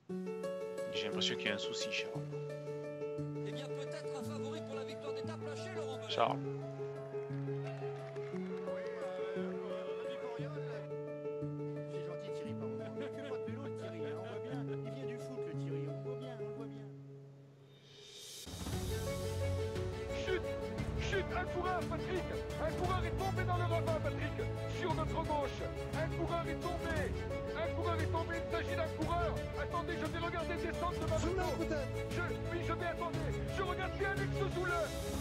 J'ai l'impression qu'il y a un souci, Charles. Eh bien, peut-être un favori pour la victoire d'étape lâché, Laurent Belin. Charles. C'est gentil Thierry, pardon. Il fait pas de vélo le Thierry, hein, on voit bien. Il vient du foot le Thierry, on voit bien, on voit bien. Chute, un coureur, Patrick. Un coureur est tombé dans le ravin, Patrick. Sur notre gauche. Un coureur est tombé. Il s'agit d'un coureur. Attendez, je vais regarder descendre de ma moto. Oui, je vais attendre. Je regarde bien Alex Zoule.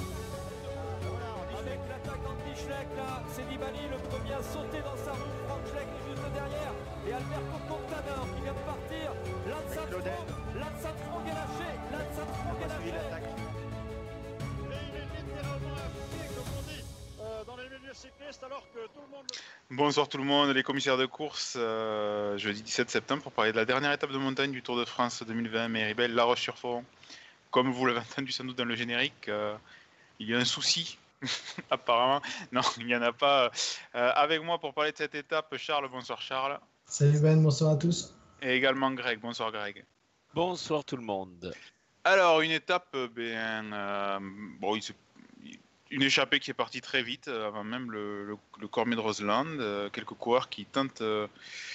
Avec l'attaque d'Andy Schleck, là, c'est Nibali, le premier à sauter dans sa roue. Frank Schleck est juste derrière. Et Alberto Contador qui vient de partir. Lance Armstrong est lâché. Dans les milieux cyclistes alors que tout le monde... Bonsoir tout le monde, les commissaires de course, jeudi 17 septembre pour parler de la dernière étape de montagne du Tour de France 2020, Méribel, La Roche-sur-Foron. Comme vous l'avez entendu sans doute dans le générique, il y a un souci, apparemment. Non, il n'y en a pas. Avec moi pour parler de cette étape, Charles, bonsoir Charles. Salut Ben, bonsoir à tous. Et également Greg, bonsoir Greg. Bonsoir tout le monde. Alors, une étape, une échappée qui est partie très vite, avant même le Cormier de Roseland. Quelques coureurs qui tentent de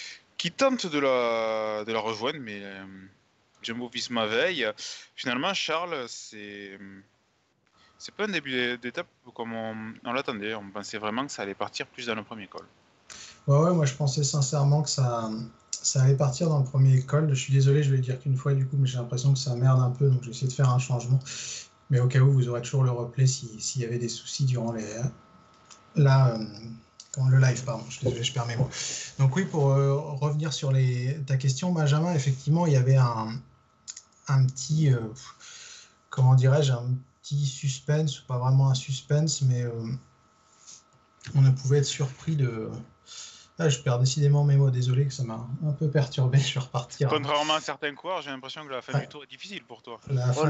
la rejoindre, mais Jumbo-Visma veille. Finalement, Charles, c'est pas un début d'étape comme on l'attendait. On pensait vraiment que ça allait partir plus dans le premier col. Ouais, moi je pensais sincèrement que ça allait partir dans le premier col. Je suis désolé, je vais le dire qu'une fois du coup, mais j'ai l'impression que ça merde un peu, donc je vais essayer de faire un changement. Mais au cas où, vous aurez toujours le replay s'il y avait des soucis durant le live, pardon. Je suis désolé, je perds mes mots. Donc oui, pour revenir sur ta question, Benjamin, effectivement, il y avait un petit, comment dirais-je, un petit suspense, ou pas vraiment un suspense, mais on ne pouvait être surpris de... Ah, je perds décidément mes mots, désolé que ça m'a un peu perturbé, je vais repartir. Contrairement à certains coureurs, j'ai l'impression que la fin du tour est difficile pour toi.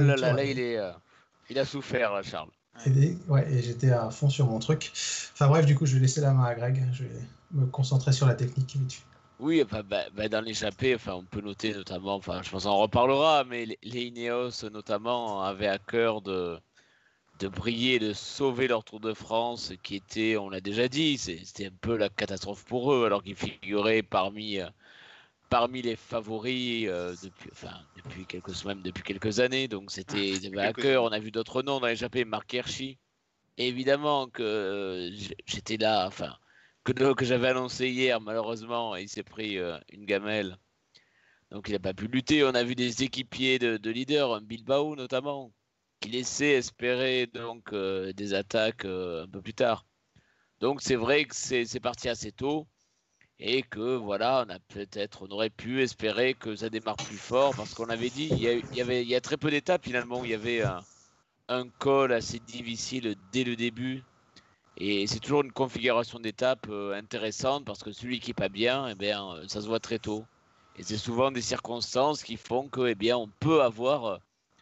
Il a souffert là, Charles. Et j'étais à fond sur mon truc. Enfin bref, du coup, je vais laisser la main à Greg, je vais me concentrer sur la technique vite fait. Oui, dans l'échappée, on peut noter notamment, je pense qu'on en reparlera, mais les Ineos notamment avaient à cœur de briller, de sauver leur Tour de France, qui était, on l'a déjà dit, c'était un peu la catastrophe pour eux, alors qu'ils figuraient parmi les favoris depuis quelques semaines, depuis quelques années. Donc ils avaient à cœur. On a vu d'autres noms dans l'échappée, Marc Hirschi. Évidemment que j'étais là, que j'avais annoncé hier, malheureusement, il s'est pris une gamelle. Donc il n'a pas pu lutter. On a vu des équipiers de leaders, Bilbao notamment, qui laissaient espérer donc des attaques un peu plus tard. Donc c'est vrai que c'est parti assez tôt. Et que voilà, on aurait pu espérer que ça démarre plus fort, parce qu'on avait dit, il y a très peu d'étapes finalement où il y avait un col assez difficile dès le début. Et c'est toujours une configuration d'étapes intéressante, parce que celui qui est pas bien, ça se voit très tôt. Et c'est souvent des circonstances qui font que, on peut avoir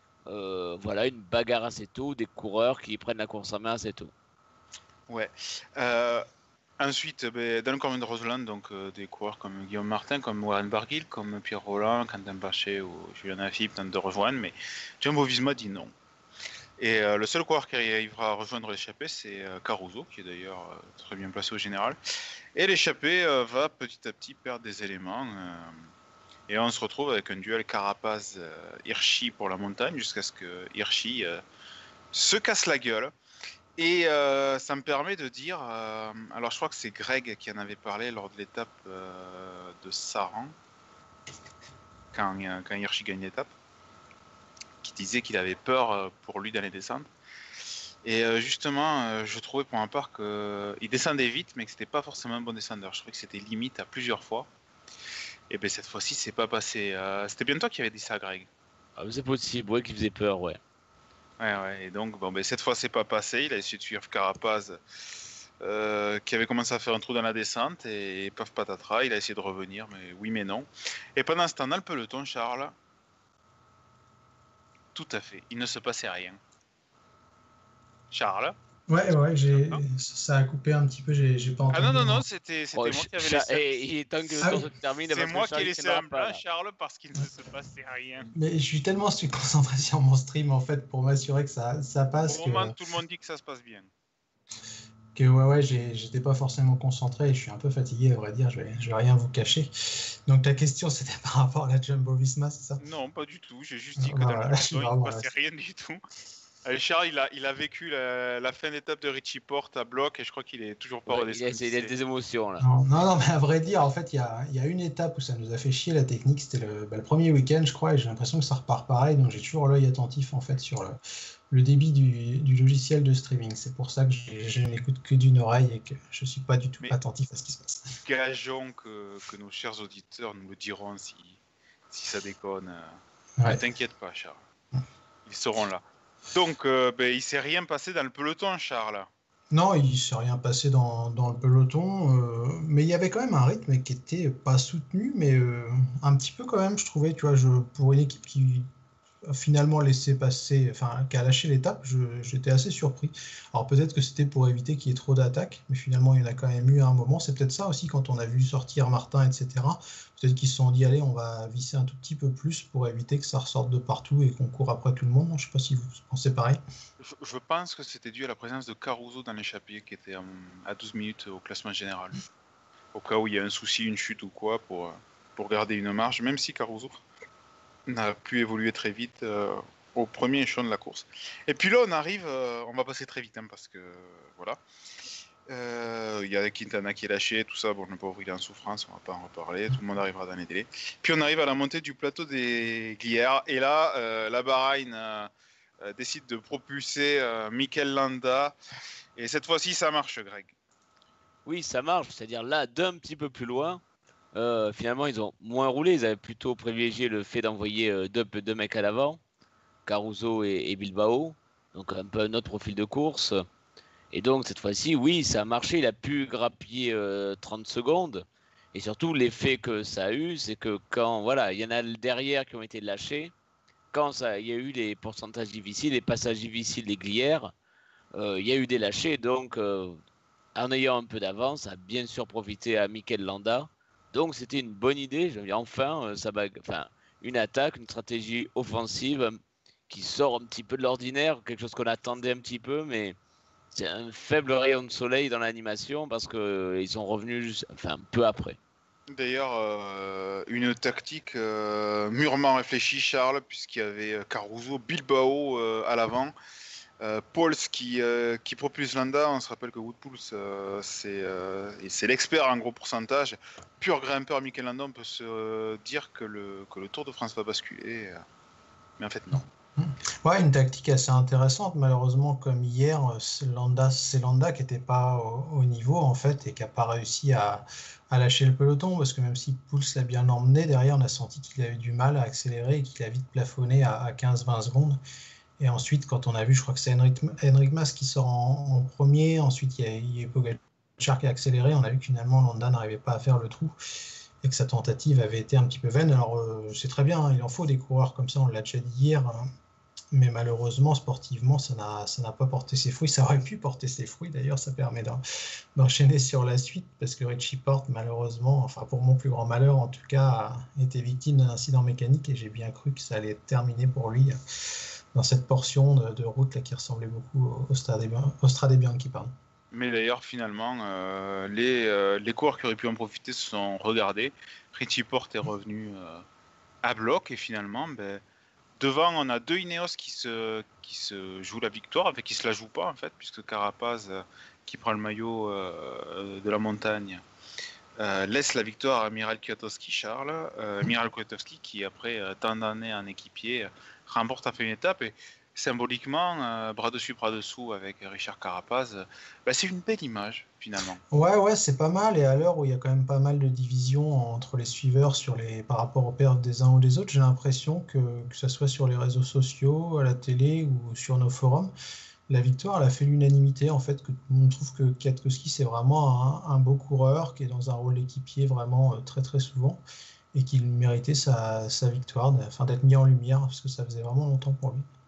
une bagarre assez tôt, des coureurs qui prennent la course en main assez tôt. Ouais. Ensuite, dans le Cormier de Roseland, donc des coureurs comme Guillaume Martin, comme Warren Barguil, comme Pierre Rolland, Quentin Paché ou Julien Alaphilippe tentent de rejoindre, mais Jumbo-Visma dit non. Et le seul coureur qui arrivera à rejoindre l'échappée, c'est Caruso, qui est d'ailleurs très bien placé au général. Et l'échappée va petit à petit perdre des éléments. Et on se retrouve avec un duel Carapaz-Hirschi pour la montagne, jusqu'à ce que Hirschi se casse la gueule. Et ça me permet de dire, alors je crois que c'est Greg qui en avait parlé lors de l'étape de Saran, quand Hirschi gagne l'étape, qui disait qu'il avait peur pour lui dans les descentes. Et justement, je trouvais pour ma part qu'il descendait vite, mais que c'était pas forcément un bon descendeur. Je trouvais que c'était limite à plusieurs fois. Et cette fois-ci, c'est pas passé. C'était bien toi qui avais dit ça, Greg. Ah, c'est possible, ouais, qu'il faisait peur, ouais. Ouais, et donc, cette fois, c'est pas passé. Il a essayé de suivre Carapaz, qui avait commencé à faire un trou dans la descente, et paf patatras, il a essayé de revenir, mais oui, mais non. Et pendant ce temps, dans le peloton, Charles, tout à fait, il ne se passait rien. Charles? Ouais, ça a coupé un petit peu, j'ai pas entendu. Non, c'était moi qui avais laissé. Il est temps que le Ah tour oui. se termine. C'est moi qui ai laissé un blanc, Charles, parce qu'il ne se passait rien. Mais je suis tellement concentré sur mon stream en fait pour m'assurer que ça passe. Au moment, tout le monde dit que ça se passe bien. J'étais pas forcément concentré et je suis un peu fatigué, à vrai dire, je vais rien vous cacher. Donc ta question c'était par rapport à la Jumbo Visma, c'est ça? Non, pas du tout, j'ai juste dit que dans le peloton, il ne passait rien du tout. Charles, il a vécu la fin d'étape de Richie Porte à bloc et je crois qu'il est toujours pas redescendu. Il a des émotions là. Non, mais à vrai dire, en fait, il y a une étape où ça nous a fait chier la technique, c'était le premier week-end, je crois, et j'ai l'impression que ça repart pareil, donc j'ai toujours l'œil attentif en fait sur le débit du logiciel de streaming. C'est pour ça que je n'écoute que d'une oreille et que je suis pas du tout attentif à ce qui se passe. Gageons que nos chers auditeurs nous le diront si ça déconne. Ouais. Ne t'inquiète pas, Charles. Ils seront là. Donc, il s'est rien passé dans le peloton, Charles. Non, il s'est rien passé dans le peloton, mais il y avait quand même un rythme qui était pas soutenu, mais un petit peu quand même, je trouvais, tu vois, pour une équipe qui a finalement laissé passer, enfin, qui a lâché l'étape, j'étais assez surpris. Alors peut-être que c'était pour éviter qu'il y ait trop d'attaques, mais finalement il y en a quand même eu à un moment. C'est peut-être ça aussi quand on a vu sortir Martin, etc. Peut-être qu'ils se sont dit, allez, on va visser un tout petit peu plus pour éviter que ça ressorte de partout et qu'on court après tout le monde. Je ne sais pas si vous pensez pareil. Je pense que c'était dû à la présence de Caruso dans l'échappée qui était à 12 minutes au classement général. Au cas où il y a un souci, une chute ou quoi, pour garder une marge, même si Caruso n'a pu évoluer très vite au premier échelon de la course. Et puis là, on arrive, on va passer très vite, parce que voilà. Il y a Quintana qui est lâché, tout ça, bon, le pauvre il est en souffrance, on va pas en reparler, tout le monde arrivera dans les délais. Puis on arrive à la montée du plateau des Glières, et là, la Bahreïn décide de propulser Mikel Landa, et cette fois-ci ça marche, Greg. Oui, ça marche, c'est-à-dire là, d'un petit peu plus loin, finalement ils ont moins roulé, ils avaient plutôt privilégié le fait d'envoyer deux mecs à l'avant, Caruso et Bilbao, donc un peu un autre profil de course. Et donc cette fois-ci, oui, ça a marché, il a pu grappiller 30 secondes. Et surtout, l'effet que ça a eu, c'est que quand, voilà, il y en a derrière qui ont été lâchés, quand il y a eu les pourcentages difficiles, les passages difficiles des Glières, il y a eu des lâchés. Donc, en ayant un peu d'avance, ça a bien sûr profité à Mikel Landa. Donc c'était une bonne idée, enfin, une attaque, une stratégie offensive qui sort un petit peu de l'ordinaire, quelque chose qu'on attendait un petit peu, mais c'est un faible rayon de soleil dans l'animation parce qu'ils sont revenus peu après. D'ailleurs, une tactique mûrement réfléchie, Charles, puisqu'il y avait Caruso, Bilbao à l'avant, Pauls qui propulse Landa. On se rappelle que Wout Poels, c'est l'expert en gros pourcentage. Pur grimpeur Mikel Landa, on peut se dire que le Tour de France va basculer, mais en fait non. Ouais, une tactique assez intéressante. Malheureusement, comme hier, c'est Landa qui n'était pas au niveau en fait et qui n'a pas réussi à lâcher le peloton parce que même si Pouls l'a bien emmené, derrière on a senti qu'il avait du mal à accélérer et qu'il a vite plafonné à 15-20 secondes. Et ensuite, quand on a vu, je crois que c'est Enric Mas qui sort en premier, ensuite il y a Pogačar qui a accéléré, on a vu que finalement Landa n'arrivait pas à faire le trou et que sa tentative avait été un petit peu vaine. Alors c'est très bien, il en faut des coureurs comme ça, on l'a déjà dit hier. Mais malheureusement, sportivement, ça n'a pas porté ses fruits. Ça aurait pu porter ses fruits, d'ailleurs, ça permet d'enchaîner sur la suite, parce que Richie Porte, malheureusement, enfin pour mon plus grand malheur en tout cas, a été victime d'un incident mécanique, et j'ai bien cru que ça allait être terminé pour lui dans cette portion de route là, qui ressemblait beaucoup au Strade Bianchi. Mais d'ailleurs, finalement, les coureurs qui auraient pu en profiter se sont regardés. Richie Porte est revenu à bloc, et finalement... devant, on a deux Ineos qui se jouent la victoire, qui se la jouent pas en fait, puisque Carapaz, qui prend le maillot de la montagne, laisse la victoire à Miral Kwiatkowski, Charles. Miral Kwiatkowski qui, après tant d'années en équipier, remporte à fait une étape. Et symboliquement, bras dessus, bras dessous avec Richard Carapaz, c'est une belle image finalement. Ouais, c'est pas mal. Et à l'heure où il y a quand même pas mal de divisions entre les suiveurs par rapport aux pertes des uns ou des autres, j'ai l'impression que ce soit sur les réseaux sociaux, à la télé ou sur nos forums, la victoire elle a fait l'unanimité en fait. On trouve que Kwiatkowski c'est vraiment un beau coureur qui est dans un rôle d'équipier vraiment très très souvent et qu'il méritait sa victoire, d'être mis en lumière parce que ça faisait vraiment longtemps pour lui.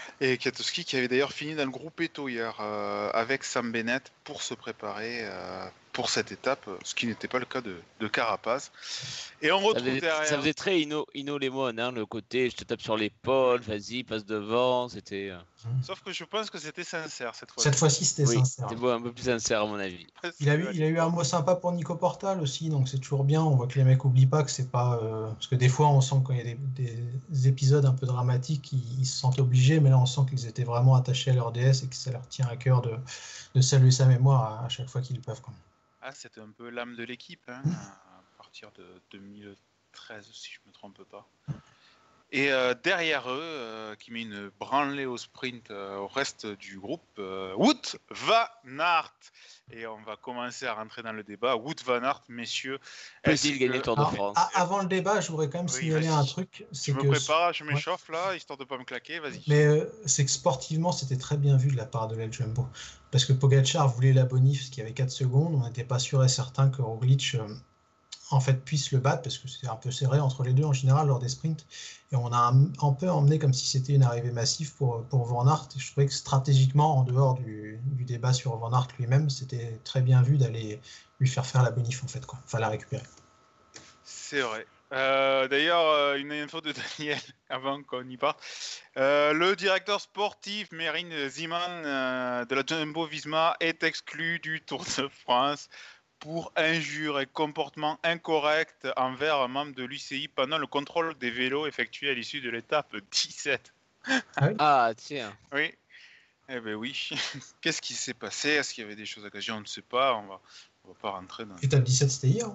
Et Kwiatkowski qui avait d'ailleurs fini dans le groupe Eto hier avec Sam Bennett pour se préparer pour cette étape, ce qui n'était pas le cas de Carapaz. Et on retrouve derrière... Ça faisait très Hino Lemon, hein, le côté je te tape sur l'épaule, vas-y, passe devant, c'était... Sauf que je pense que c'était sincère cette fois. Cette fois-ci, c'était sincère. C'était un peu plus sincère à mon avis. Il a eu un mot sympa pour Nico Portal aussi, donc c'est toujours bien. On voit que les mecs n'oublient pas que c'est pas... parce que des fois, on sent quand il y a des épisodes un peu dramatiques, ils se sentent obligés, mais là, on sent qu'ils étaient vraiment attachés à leur DS et que ça leur tient à cœur de saluer sa mémoire à chaque fois qu'ils peuvent. Quoi. Ah, c'était un peu l'âme de l'équipe, hein, à partir de 2013, si je ne me trompe pas. Et derrière eux, qui met une branlée au sprint au reste du groupe, Wout van Aert. Et on va commencer à rentrer dans le débat. Wout van Aert, messieurs. Peut-il gagner le Tour de France? Avant le débat, je voudrais quand même signaler un truc. Je me prépare, je m'échauffe là, histoire de ne pas me claquer, vas-y. Mais c'est que sportivement, c'était très bien vu de la part de la Jumbo. Parce que Pogacar voulait la bonif, parce qu'il y avait 4 secondes. On n'était pas sûr et certain que Roglic en fait, puisse le battre, parce que c'est un peu serré entre les deux en général lors des sprints. Et on a un peu emmené comme si c'était une arrivée massive pour Van Aert. Et je trouvais que stratégiquement, en dehors du débat sur Van Aert lui-même, c'était très bien vu d'aller lui faire la bonif, en fait, quoi. Enfin, la récupérer. C'est vrai. D'ailleurs, une info de Daniel avant qu'on y parte. Le directeur sportif Merin Zeeman de la Jumbo-Visma est exclu du Tour de France pour injures et comportements incorrects envers un membre de l'UCI pendant le contrôle des vélos effectué à l'issue de l'étape 17. Ah, tiens. Oui. Eh ben oui. Qu'est-ce qui s'est passé? Est-ce qu'il y avait des choses à cacher? On ne sait pas. On va pas rentrer dans... L'étape 17, c'était hier.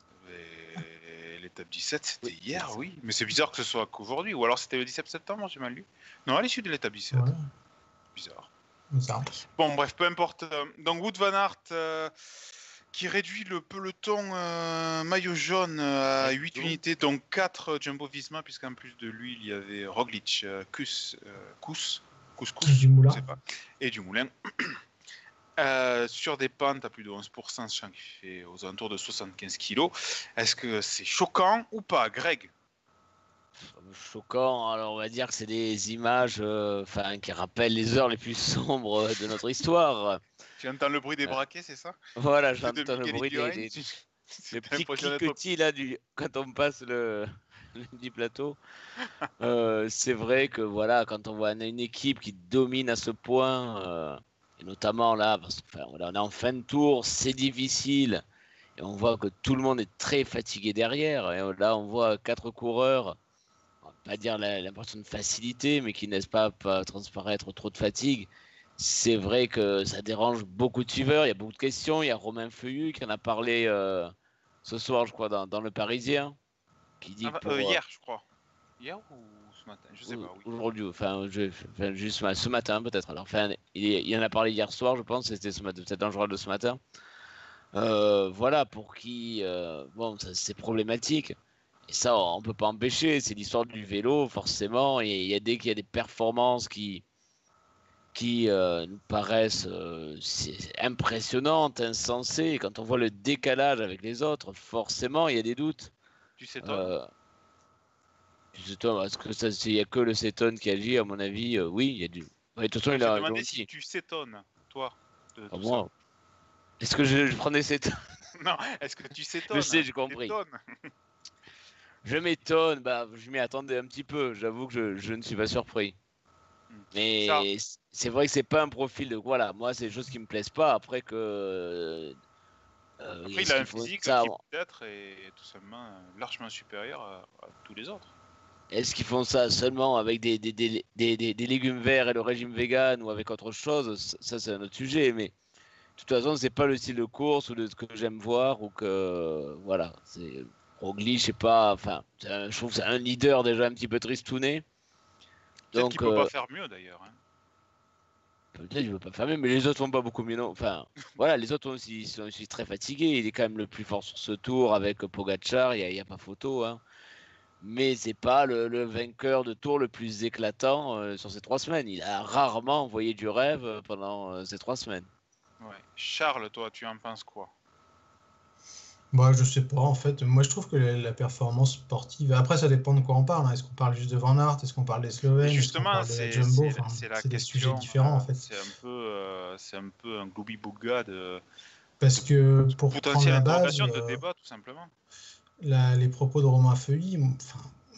L'étape 17, c'était hier, oui. Mais c'est bizarre que ce soit qu'aujourd'hui. Ou alors c'était le 17 septembre, j'ai mal lu. Non, à l'issue de l'étape 17. Ouais. Bizarre. Bon, bref, peu importe. Donc, Wout van Aert... qui réduit le peloton maillot jaune à 8 unités, donc 4 Jumbo-Visma, puisqu'en plus de lui, il y avait Roglic, Kuss, Dumoulin. Je sais pas, et Dumoulin. Sur des pentes à plus de 11%, sachant qu'il fait aux alentours de 75 kg. Est-ce que c'est choquant ou pas, Greg? Choquant, alors on va dire que c'est des images qui rappellent les heures les plus sombres de notre histoire. Tu entends le bruit des braquets, c'est ça? Voilà, j'entends le bruit des le petit cliquetis là quand on passe le petit plateau. C'est vrai que voilà, quand on voit une équipe qui domine à ce point, et notamment là, parce on est en fin de tour, c'est difficile, et on voit que tout le monde est très fatigué derrière, et là on voit 4 coureurs, on va pas dire l'impression de facilité, mais qui n'est pas transparaître trop de fatigue. C'est vrai que ça dérange beaucoup de suiveurs, il y a beaucoup de questions. Il y a Romain Feuillu qui en a parlé ce soir, je crois, dans Le Parisien, qui dit hier, je crois. Hier ou ce matin, je sais pas. Oui. Aujourd'hui, juste ce matin peut-être. Alors, il en a parlé hier soir, je pense. C'était ce matin, peut-être dans le journal de ce matin. Voilà, pour qui, bon, c'est problématique. Et ça, on peut pas empêcher. C'est l'histoire du vélo, forcément. Et dès qu'il y a des performances qui nous paraissent impressionnantes, insensées. Quand on voit le décalage avec les autres, forcément, il y a des doutes. Tu s'étonnes est-ce que il n'y a que le cétone qui agit, à mon avis? Oui, il y a du... De toute façon, il a demandé si tu s'étonnes, toi. Moi. Est-ce que je prends des cétones? Non, est-ce que tu s'étonnes? Je sais, j'ai compris. Je m'étonne, je m'y attendais un petit peu. J'avoue que je ne suis pas surpris. Mais c'est vrai que c'est pas un profil de... Voilà, moi, c'est des choses qui me plaisent pas. Après que... Après, il a un physique qui peut-être est tout simplement largement supérieur à tous les autres. Est-ce qu'ils font ça seulement avec des légumes verts et le régime vegan ou avec autre chose? Ça, c'est un autre sujet. Mais de toute façon, c'est pas le style de course ou de ce que j'aime voir. Ou que... Voilà, c'est... Roglic, je sais pas... Enfin, je trouve que c'est un leader déjà un petit peu tristouné. Peut-être qu'il peut pas faire mieux d'ailleurs. Hein. Peut-être qu'il peut pas faire mieux, mais les autres font pas beaucoup mieux. Non. Enfin, voilà, les autres sont aussi très fatigués. Il est quand même le plus fort sur ce tour avec Pogacar, il y a pas photo. Hein. Mais c'est pas le vainqueur de tour le plus éclatant sur ces 3 semaines. Il a rarement envoyé du rêve pendant ces 3 semaines. Ouais. Charles, toi, tu en penses quoi? Moi, je sais pas, en fait. Moi, je trouve que la performance sportive. Après, ça dépend de quoi on parle, hein. Est-ce qu'on parle juste de Van Aert? Est-ce qu'on parle des Et Slovènes? Est-ce qu'on justement, parle de la Jumbo? Enfin, c'est la c'est des sujets question, différents, en fait. c'est un peu un gloubi-boulga Parce de que pour prendre potentielle la base, interrogation, de débat, tout simplement. les propos de Romain Feuilly, enfin,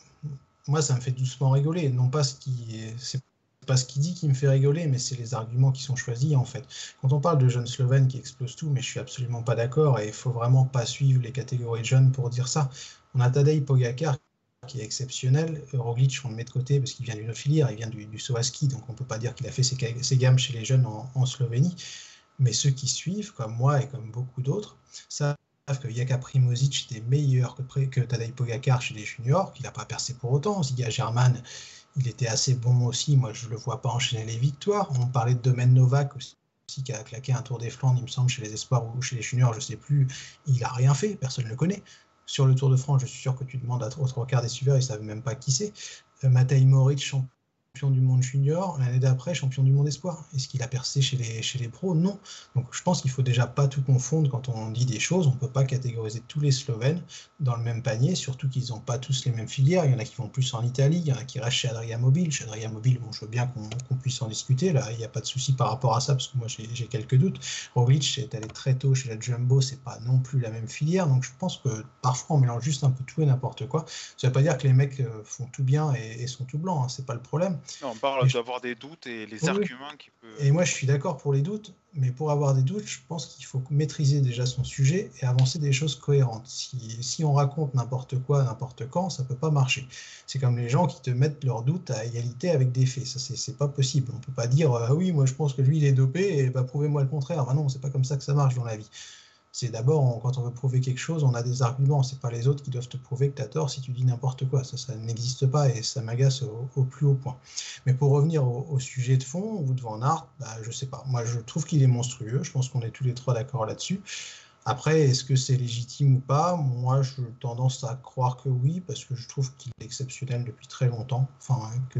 moi, ça me fait doucement rigoler. Non pas c'est pas ce qu'il dit qui me fait rigoler, mais c'est les arguments qui sont choisis, en fait. Quand on parle de jeunes Slovènes qui explosent tout, mais je suis absolument pas d'accord, et il faut vraiment pas suivre les catégories de jeunes pour dire ça. On a Tadej Pogacar qui est exceptionnel. Roglic, on le met de côté parce qu'il vient d'une autre filière, il vient du saut à ski, donc on peut pas dire qu'il a fait ses gammes chez les jeunes en Slovénie. Mais ceux qui suivent, comme moi et comme beaucoup d'autres, savent que Jaka Primožič était meilleur que Tadej Pogacar chez les juniors, qu'il n'a pas percé pour autant. Ziga German, il était assez bon aussi. Moi, je ne le vois pas enchaîner les victoires. On parlait de Domen Novak aussi, qui a claqué un Tour des Flandres, il me semble, chez les espoirs ou chez les juniors, je ne sais plus. Il n'a rien fait, personne ne le connaît. Sur le Tour de France, je suis sûr que tu demandes aux trois quarts des suiveurs, ils ne savent même pas qui c'est. Matej Moric, champion du monde junior, l'année d'après champion du monde espoir. Est-ce qu'il a percé chez les pros? Non. Donc je pense qu'il faut déjà pas tout confondre quand on dit des choses. On peut pas catégoriser tous les Slovènes dans le même panier, surtout qu'ils n'ont pas tous les mêmes filières. Il y en a qui vont plus en Italie, il y en a qui restent chez Adria Mobile. Chez Adria Mobile, bon, je veux bien qu'on puisse en discuter. Là, il n'y a pas de souci par rapport à ça, parce que moi j'ai quelques doutes. Roglic est allé très tôt chez la Jumbo, c'est pas non plus la même filière. Donc je pense que parfois on mélange juste un peu tout et n'importe quoi. Ça veut pas dire que les mecs font tout bien et sont tout blancs, hein, c'est pas le problème. Non, on parle d'avoir des doutes et les arguments qui peuvent... Et moi, je suis d'accord pour les doutes, mais pour avoir des doutes, je pense qu'il faut maîtriser déjà son sujet et avancer des choses cohérentes. Si on raconte n'importe quoi, n'importe quand, ça peut pas marcher. C'est comme les gens qui te mettent leurs doutes à égalité avec des faits. Ça, c'est pas possible. On peut pas dire oui, moi je pense que lui il est dopé et prouvez-moi le contraire. Non, c'est pas comme ça que ça marche dans la vie. C'est d'abord, quand on veut prouver quelque chose, on a des arguments. C'est pas les autres qui doivent te prouver que tu as tort si tu dis n'importe quoi. Ça n'existe pas et ça m'agace au plus haut point. Mais pour revenir au sujet de fond, Wout van Aert, je sais pas. Moi, je trouve qu'il est monstrueux. Je pense qu'on est tous les trois d'accord là-dessus. Après, est-ce que c'est légitime ou pas? Moi, j'ai tendance à croire que oui, parce que je trouve qu'il est exceptionnel depuis très longtemps. Enfin, que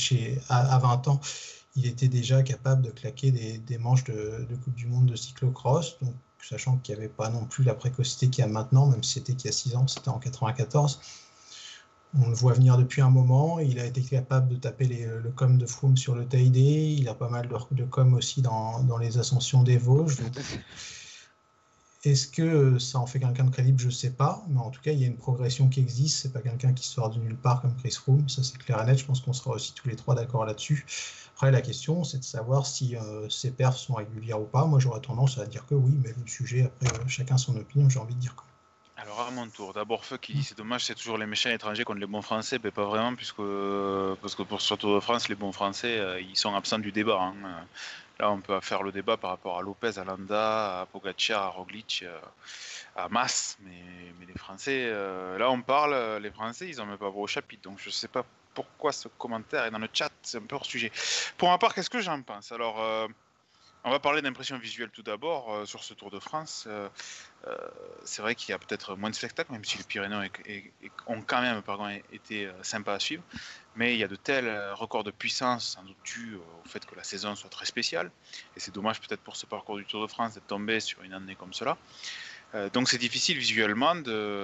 à 20 ans, il était déjà capable de claquer des manches de Coupe du Monde de cyclocross. Donc, sachant qu'il n'y avait pas non plus la précocité qu'il y a maintenant, même si c'était qu'il y a 6 ans, c'était en 94. On le voit venir depuis un moment. Il a été capable de taper le com de Froome sur le Teide. Il a pas mal de com aussi dans les ascensions des Vosges. Donc, est-ce que ça en fait quelqu'un de crédible? Je ne sais pas. Mais en tout cas, il y a une progression qui existe. Ce n'est pas quelqu'un qui sort de nulle part comme Chris Froome. Ça, c'est clair et net. Je pense qu'on sera aussi tous les trois d'accord là-dessus. Après, la question, c'est de savoir si ces perfs sont régulières ou pas. Moi, j'aurais tendance à dire que oui, mais le sujet, après, chacun son opinion, j'ai envie de dire. Alors, à mon tour, d'abord, Feu qui dit c'est dommage, c'est toujours les méchants étrangers contre les bons Français. Mais pas vraiment, parce que pour ce Tour de France, les bons Français, ils sont absents du débat. Hein. Là, on peut faire le débat par rapport à Lopez, à Landa, à Pogacar, à Roglic, à Mas. Mais les Français, là, on parle, les Français, ils n'en mettent pas au chapitre. Donc, je sais pas pourquoi ce commentaire est dans le chat, c'est un peu hors sujet. Pour ma part, qu'est-ce que j'en pense? Alors, on va parler d'impression visuelle tout d'abord sur ce Tour de France. C'est vrai qu'il y a peut-être moins de spectacles, même si les Pyrénées ont quand même été sympas à suivre. Mais il y a de tels records de puissance, sans doute dû au fait que la saison soit très spéciale. Et c'est dommage peut-être pour ce parcours du Tour de France d'être tombé sur une année comme cela. Donc c'est difficile visuellement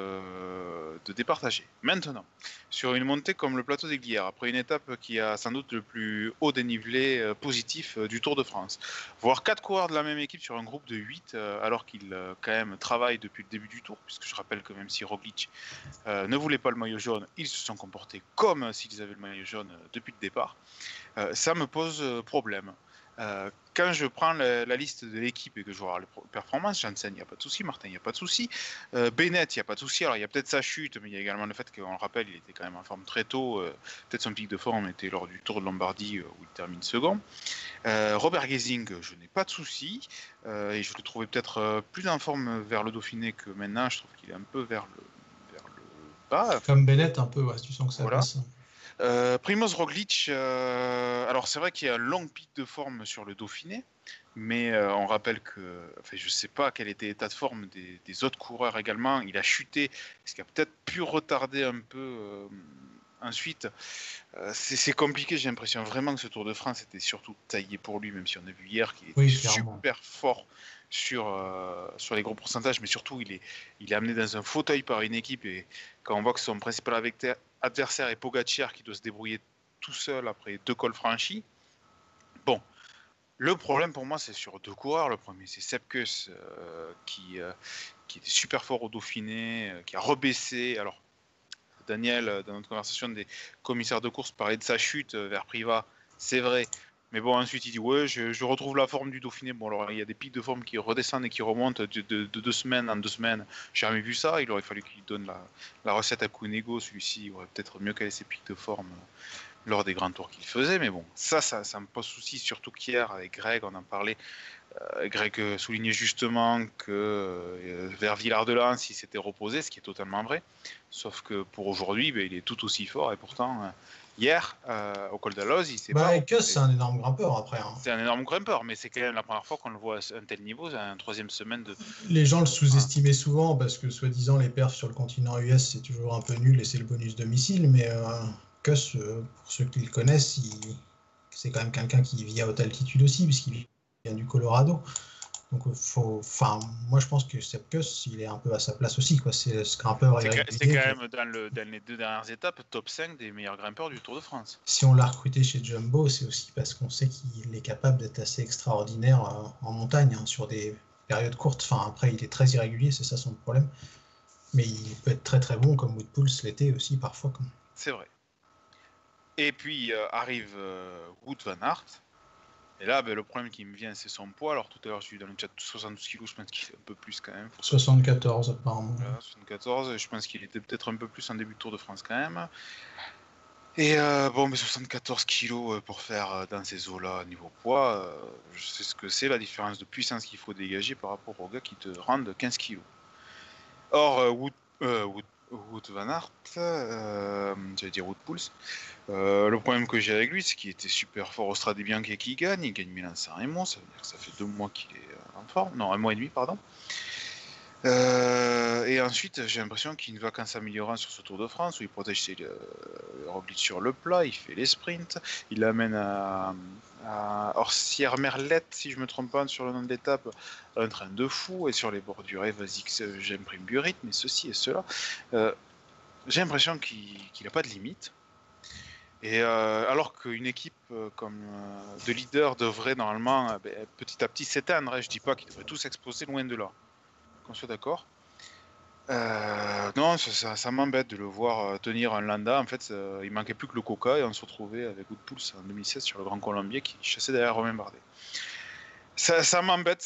de départager. Maintenant, sur une montée comme le plateau des Glières, après une étape qui a sans doute le plus haut dénivelé positif du Tour de France, voir 4 coureurs de la même équipe sur un groupe de 8, alors qu'ils quand même travaillent depuis le début du Tour, puisque je rappelle que même si Roglic ne voulait pas le maillot jaune, ils se sont comportés comme s'ils avaient le maillot jaune depuis le départ, ça me pose problème. Quand je prends la liste de l'équipe et que je vois les performances, Janssen, il n'y a pas de souci, Martin, il n'y a pas de souci, Bennett, il n'y a pas de souci. Alors, il y a peut-être sa chute, mais il y a également le fait qu'on le rappelle, il était quand même en forme très tôt. Peut-être son pic de forme était lors du Tour de Lombardie où il termine second. Robert Gesing, je n'ai pas de souci. Et je le trouvais peut-être plus en forme vers le Dauphiné que maintenant. Je trouve qu'il est un peu vers le bas. Comme Bennett, un peu, ouais, tu sens que ça passe. Primož Roglic, alors c'est vrai qu'il y a un long pic de forme sur le Dauphiné, mais on rappelle que, enfin, je ne sais pas quel était l'état de forme des autres coureurs également. Il a chuté, ce qui a peut-être pu retarder un peu ensuite. C'est compliqué, j'ai l'impression vraiment que ce Tour de France était surtout taillé pour lui, même si on a vu hier qu'il était super fort sur les gros pourcentages, mais surtout il est amené dans un fauteuil par une équipe, et quand on voit que son principal adversaire est Pogacar qui doit se débrouiller tout seul après 2 cols franchis. Bon, le problème pour moi c'est sur 2 coureurs. Le premier c'est Sepp Kuss qui était super fort au Dauphiné, qui a rebaissé. Alors Daniel, dans notre conversation des commissaires de course, parlait de sa chute vers Privas, c'est vrai. Mais bon, ensuite il dit ouais, je retrouve la forme du Dauphiné. Bon, alors il y a des pics de forme qui redescendent et qui remontent de 2 semaines en 2 semaines. J'ai jamais vu ça. Il aurait fallu qu'il donne la recette à Cunego. Celui-ci aurait peut-être mieux calé ses pics de forme lors des grands tours qu'il faisait. Mais bon, ça me pose souci, surtout qu'hier avec Greg, on en parlait. Greg soulignait justement que vers Villard-de-Lans, il s'était reposé, ce qui est totalement vrai. Sauf que pour aujourd'hui, il est tout aussi fort, et pourtant. Hier, au col d'Aloz, il s'est pas... Kuss, c'est un énorme grimpeur après. Hein. C'est un énorme grimpeur, mais c'est quand même la première fois qu'on le voit à un tel niveau, à une 3e semaine de... Les gens le sous-estimaient souvent parce que, soi-disant, les perfs sur le continent US, c'est toujours un peu nul et c'est le bonus de missile. Mais Kuss, pour ceux qui le connaissent, c'est quand même quelqu'un qui vit à haute altitude aussi, puisqu'il vient du Colorado. Donc, moi, je pense que Sepp Kuss, il est un peu à sa place aussi, quoi. C'est ce grimpeur. C'est quand même, dans les 2 dernières étapes, top 5 des meilleurs grimpeurs du Tour de France. Si on l'a recruté chez Jumbo, c'est aussi parce qu'on sait qu'il est capable d'être assez extraordinaire en montagne, hein, sur des périodes courtes. Enfin, après, il est très irrégulier, c'est ça son problème. Mais il peut être très très bon, comme Wout Poels l'était aussi parfois. C'est vrai. Et puis arrive Wout van Aert. Et là, le problème qui me vient, c'est son poids. Alors tout à l'heure, j'ai eu dans le chat 72 kg, je pense qu'il est un peu plus quand même. 74 apparemment. Voilà, 74, je pense qu'il était peut-être un peu plus en début de Tour de France quand même. Et mais 74 kg pour faire dans ces eaux-là, niveau poids, je sais ce que c'est, la différence de puissance qu'il faut dégager par rapport aux gars qui te rendent 15 kg. Or, Wout van Aert, j'allais dire Wout Poels, le problème que j'ai avec lui, c'est qu'il était super fort au Strade Bianche et qu'il gagne. Il gagne Milan-San Remo, ça veut dire que ça fait 2 mois qu'il est en forme. Non, 1 mois et demi, pardon. Et ensuite, j'ai l'impression qu'il ne va qu'en s'améliorant sur ce Tour de France, où il protège ses Roglic sur le plat, il fait les sprints, il l'amène à Orsières-Merlette, si je ne me trompe pas, sur le nom de l'étape, un train de fou, et sur les bordures, vas-y, j'imprime du rythme, et ceci et cela. J'ai l'impression qu'il n'a pas de limite. Et alors qu'une équipe comme de leader devrait normalement petit à petit s'éteindre, je dis pas qu'ils devraient tous exploser, loin de là. Qu'on soit d'accord. Non, ça m'embête de le voir tenir un Landa. En fait, il manquait plus que le Coca et on se retrouvait avec Wout Poels en 2016 sur le Grand Colombier qui chassait derrière Romain Bardet. Ça m'embête,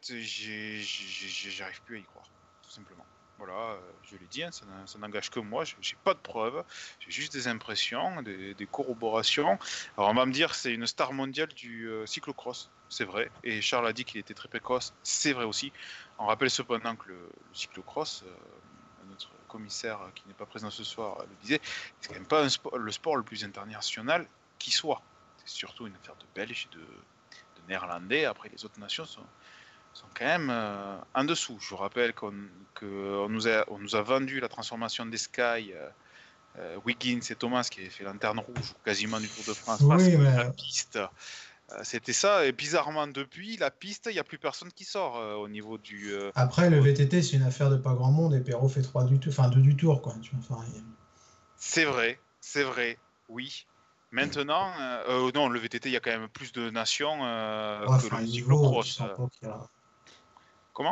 j'arrive plus à y croire, tout simplement. Voilà, je l'ai dit, hein, ça n'engage que moi, j'ai pas de preuves, j'ai juste des impressions, des corroborations. Alors on va me dire c'est une star mondiale du cyclocross, c'est vrai, et Charles a dit qu'il était très précoce, c'est vrai aussi. On rappelle cependant que le cyclocross, notre commissaire qui n'est pas présent ce soir le disait, c'est quand même pas le sport le plus international qui soit. C'est surtout une affaire de Belges et de Néerlandais, après les autres nations sont quand même en dessous. Je vous rappelle qu'on nous a vendu la transformation des Sky, Wiggins et Thomas qui avaient fait lanterne rouge quasiment du Tour de France, parce que la piste, c'était ça. Et bizarrement, depuis la piste, il n'y a plus personne qui sort au niveau du... Après, le VTT, c'est une affaire de pas grand monde et Perrault fait 2 du tour, quoi. C'est vrai, oui. Maintenant, non, le VTT, il y a quand même plus de nations que le cyclocross. Comment ?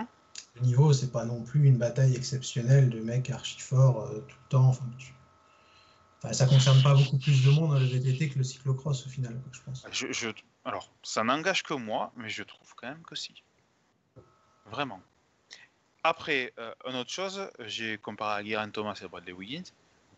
Le niveau, c'est pas non plus une bataille exceptionnelle de mecs archi forts tout le temps. Ça concerne pas beaucoup plus de monde dans le VTT que le cyclocross au final, je pense. Alors, ça n'engage que moi, mais je trouve quand même que si. Vraiment. Après, une autre chose, j'ai comparé à Geraint Thomas et à Bradley Wiggins.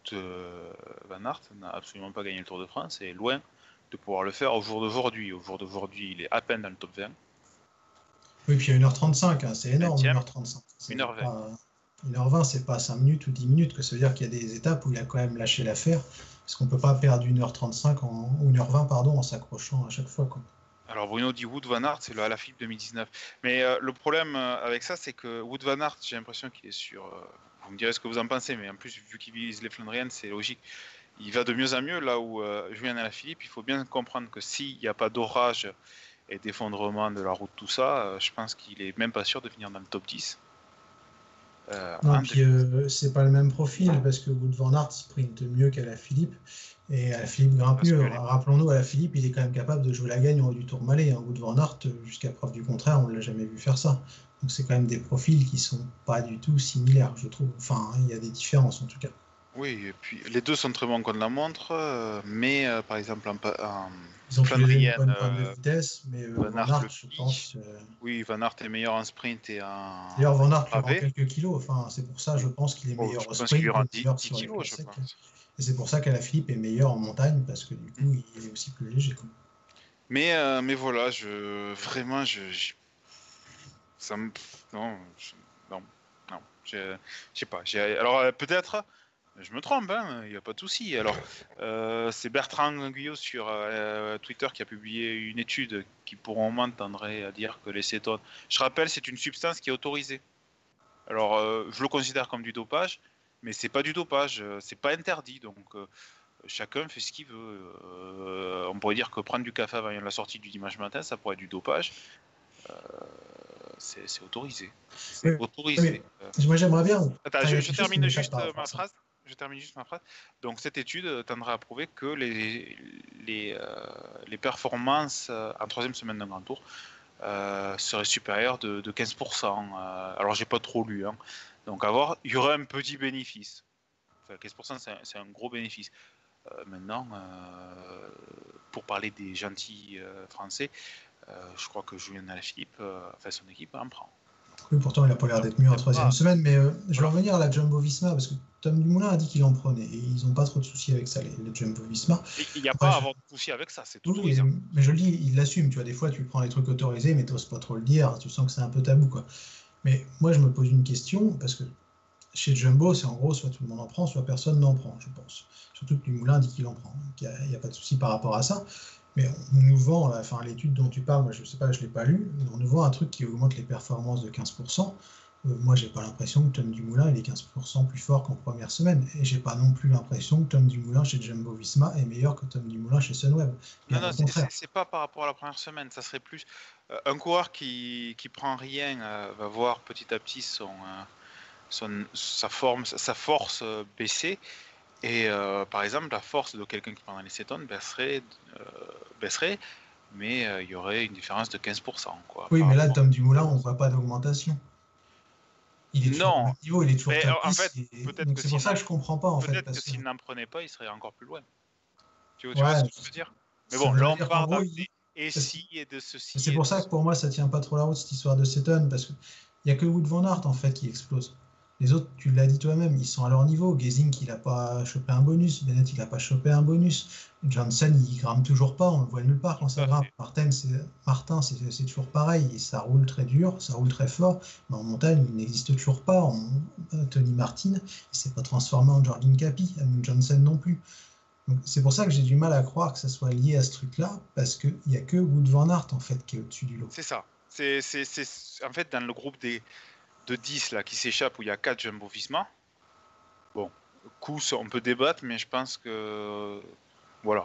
Van Aert n'a absolument pas gagné le Tour de France et est loin de pouvoir le faire au jour d'aujourd'hui. Au jour d'aujourd'hui, il est à peine dans le top 20. Oui, puis il y a 1h35, hein, c'est énorme, 1h35. 1h20. 1h20, c'est pas 5 minutes ou 10 minutes, que ça veut dire qu'il y a des étapes où il a quand même lâché l'affaire, parce qu'on peut pas perdre 1h35 ou 1h20 en s'accrochant à chaque fois, quoi. Alors Bruno dit Wout van Aert, c'est le Alaphilippe 2019. Mais le problème avec ça, c'est que Wout van Aert, j'ai l'impression qu'il est sur... vous me direz ce que vous en pensez, mais en plus, vu qu'il vise les Flandriennes, c'est logique. Il va de mieux en mieux, là où Julien Alaphilippe, il faut bien comprendre que s'il n'y a pas d'orage et d'effondrement de la route, tout ça, je pense qu'il est même pas sûr de finir dans le top 10. Non, puis c'est pas le même profil parce que Wout van Aert sprinte mieux qu'Alaphilippe et Alaphilippe grimpe mieux. Rappelons-nous, Alaphilippe, il est quand même capable de jouer la gagne en haut du Tourmalet. Wout van Aert, jusqu'à preuve du contraire, on ne l'a jamais vu faire ça. Donc c'est quand même des profils qui sont pas du tout similaires, je trouve. Enfin, il y a des différences en tout cas. Oui, et puis les deux sont très bons contre la montre, mais par exemple ils ont Flandrienne, une bonne pointe de vitesse, mais Van Aert, je pense. Oui, Van Aert est meilleur en sprint et en. D'ailleurs, Van Aert lui rend quelques kilos. Enfin, c'est pour ça, je pense qu'il est meilleur au sprint. Il lui rend 10 kilos, je pense. Et c'est pour ça qu'Alaphilippe est meilleur en montagne parce que du coup, il est aussi plus léger. Quoi. Mais voilà, vraiment, ça me. Non, je sais pas. Alors peut-être. Je me trompe, il n'y a pas de souci. Alors, c'est Bertrand Guyot sur Twitter qui a publié une étude qui, pour un moment, tendrait à dire que les cétones... Je rappelle, c'est une substance qui est autorisée. Alors, je le considère comme du dopage, mais c'est pas du dopage, c'est pas interdit. Donc, chacun fait ce qu'il veut. On pourrait dire que prendre du café avant la sortie du dimanche matin, ça pourrait être du dopage. C'est autorisé. C'est autorisé. Moi, j'aimerais bien... Attends, je termine juste ma phrase. Je termine juste ma phrase. Donc cette étude tendra à prouver que les performances en troisième semaine d'un grand tour seraient supérieures de 15%. Alors j'ai pas trop lu. Hein. Donc il y aurait un petit bénéfice. Enfin, 15% c'est un gros bénéfice. Maintenant, pour parler des gentils Français, je crois que Julien Alaphilippe, son équipe en prend. Oui, pourtant, il n'a pas l'air d'être mieux en troisième semaine, mais je vais revenir à la Jumbo-Visma, parce que Tom Dumoulin a dit qu'il en prenait, et ils n'ont pas trop de soucis avec ça, les Jumbo-Visma. Il n'y a pas à avoir de soucis avec ça, c'est tout autorisé. Mais je le dis, il l'assume, tu vois, des fois, tu prends les trucs autorisés, mais tu n'oses pas trop le dire, tu sens que c'est un peu tabou, quoi. Mais moi, je me pose une question, parce que chez Jumbo, c'est en gros, soit tout le monde en prend, soit personne n'en prend, je pense. Surtout que Dumoulin dit qu'il en prend, donc il n'y a pas de souci par rapport à ça. Mais on nous vend, l'étude dont tu parles, moi je ne sais pas, je ne l'ai pas lu, on nous vend un truc qui augmente les performances de 15%. Moi, j'ai pas l'impression que Tom Dumoulin il est 15% plus fort qu'en première semaine. Et j'ai pas non plus l'impression que Tom Dumoulin chez Jumbo-Visma est meilleur que Tom Dumoulin chez Sunweb. Non, c'est pas par rapport à la première semaine. Ça serait plus un coureur qui prend rien va voir petit à petit sa force baisser. Et par exemple, la force de quelqu'un qui prend les cétones baisserait, mais il y aurait une différence de 15%. Quoi, oui, mais là, Tom Dumoulin, on ne voit pas d'augmentation. Il est toujours au niveau, il est toujours top 10. En fait, donc c'est pour ça que je ne comprends pas. Peut-être que s'il n'en prenait pas, il serait encore plus loin. Tu vois ce que je veux dire? Mais bon, là, on parle et si et de ceci. C'est pour ça que pour moi, ça ne tient pas trop la route, cette histoire de cétones, parce qu'il n'y a que Wout van Aert, en fait, qui explose. Les autres, tu l'as dit toi-même, ils sont à leur niveau. Gesink, il n'a pas chopé un bonus. Bennett, il n'a pas chopé un bonus. Johnson, il grimpe toujours pas. On le voit nulle part quand ça grimpe. Martin, c'est toujours pareil. Ça roule très dur, ça roule très fort. Mais en montagne, il n'existe toujours pas. Tony Martin, il ne s'est pas transformé en Jorgen Cappi. Amund Johnson non plus. Donc, c'est pour ça que j'ai du mal à croire que ça soit lié à ce truc-là. Parce qu'il n'y a que Wout van Aert, en fait, qui est au-dessus du lot. C'est ça. C'est en fait, dans le groupe de 10 là, qui s'échappent où il y a 4 Jumbo-Visma. Bon, Kuss, on peut débattre, mais je pense que voilà.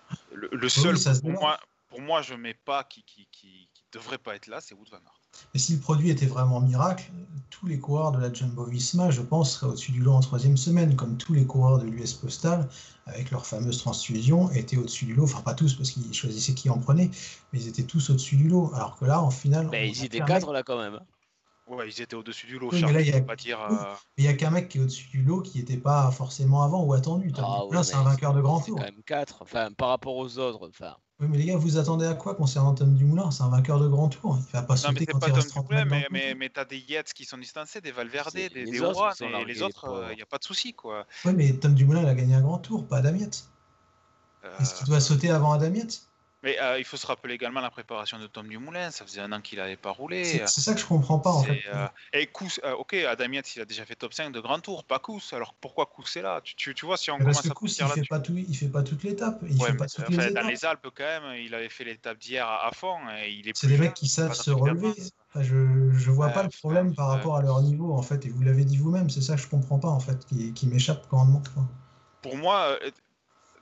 Le seul pour moi, je mets pas qui devrait pas être là, c'est Wout van Aert. Et si le produit était vraiment miracle, tous les coureurs de la Jumbo-Visma, je pense, seraient au-dessus du lot en troisième semaine, comme tous les coureurs de l'US Postal, avec leur fameuse transfusion, étaient au-dessus du lot. Enfin, pas tous, parce qu'ils choisissaient qui en prenait, mais ils étaient tous au-dessus du lot. Alors que là, en finale... Mais ils étaient 4 là quand même. Ouais, ils étaient au-dessus du lot. Oui, mais là, il n'y a qu'un mec qui est au-dessus du lot qui n'était pas forcément avant ou attendu. Là, c'est un vainqueur de grand tour. C'est quand même 4, enfin, par rapport aux autres. Enfin. Oui, mais les gars, vous attendez à quoi concernant Tom Dumoulin? C'est un vainqueur de grand tour. Il ne va pas sauter quand il reste 30 mètres. Mais tu as des Yates qui sont distancés, des Valverde, des Oran, et les autres, il n'y a pas de souci, quoi. Oui, mais Tom Dumoulin, il a gagné un grand tour, pas Adam Yates. Est-ce qu'il doit sauter avant Adam Yates? Mais il faut se rappeler également la préparation de Tom Dumoulin. Ça faisait 1 an qu'il n'avait pas roulé. C'est ça que je comprends pas en fait. Et Kuss, ok, Adam Yates, il a déjà fait top 5 de grand tour, pas Kuss. Alors pourquoi Kuss est là? Tu vois, si on commence à Kuss, il fait pas toute l'étape. Dans les Alpes, quand même, il avait fait l'étape d'hier à fond. C'est des mecs qui savent se relever. Enfin, je vois pas le problème par rapport à leur niveau en fait. Et vous l'avez dit vous-même, c'est ça que je comprends pas en fait, qui m'échappe grandement. Pour moi.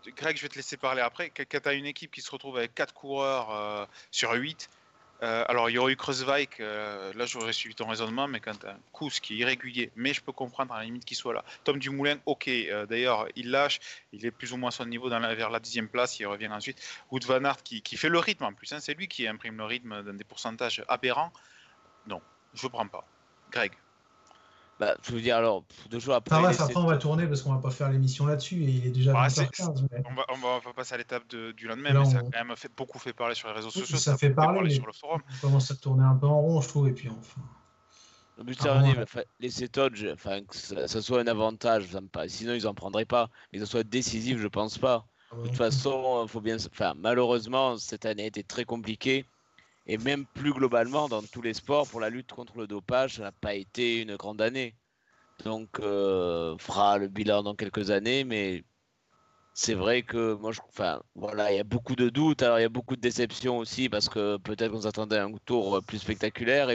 Greg, je vais te laisser parler après. Quand tu as une équipe qui se retrouve avec 4 coureurs sur 8, alors il y aurait eu Kreuzweig, là j'aurais suivi ton raisonnement, mais quand tu as un Kuss qui est irrégulier, mais je peux comprendre à la limite qu'il soit là. Tom Dumoulin, ok, d'ailleurs il lâche, il est plus ou moins à son niveau vers la 10e place, il revient ensuite. Wout van Aert qui fait le rythme en plus, hein, c'est lui qui imprime le rythme dans des pourcentages aberrants. Non, je ne prends pas. Greg. Bah, je veux dire, alors, de jouer après. Bref, après, on va tourner parce qu'on va pas faire l'émission là-dessus et il est déjà 20h15. Mais... On va passer à l'étape du lendemain, là, mais ça a quand même beaucoup fait parler sur les réseaux sociaux. Ça fait parler sur le forum. On commence à tourner un peu en rond, je trouve, et puis enfin. Le but c'est laisser Todge, que ça soit un avantage, ça me paraît. Sinon ils en prendraient pas. Mais que ça soit décisif, je pense pas. De toute façon, faut bien. Malheureusement, cette année a été très compliquée. Et même plus globalement, dans tous les sports, pour la lutte contre le dopage, ça n'a pas été une grande année. Donc, on fera le bilan dans quelques années, mais c'est vrai que moi, il y a beaucoup de doutes. Alors, il y a beaucoup de déceptions aussi, parce que peut-être qu'on s'attendait à un tour plus spectaculaire et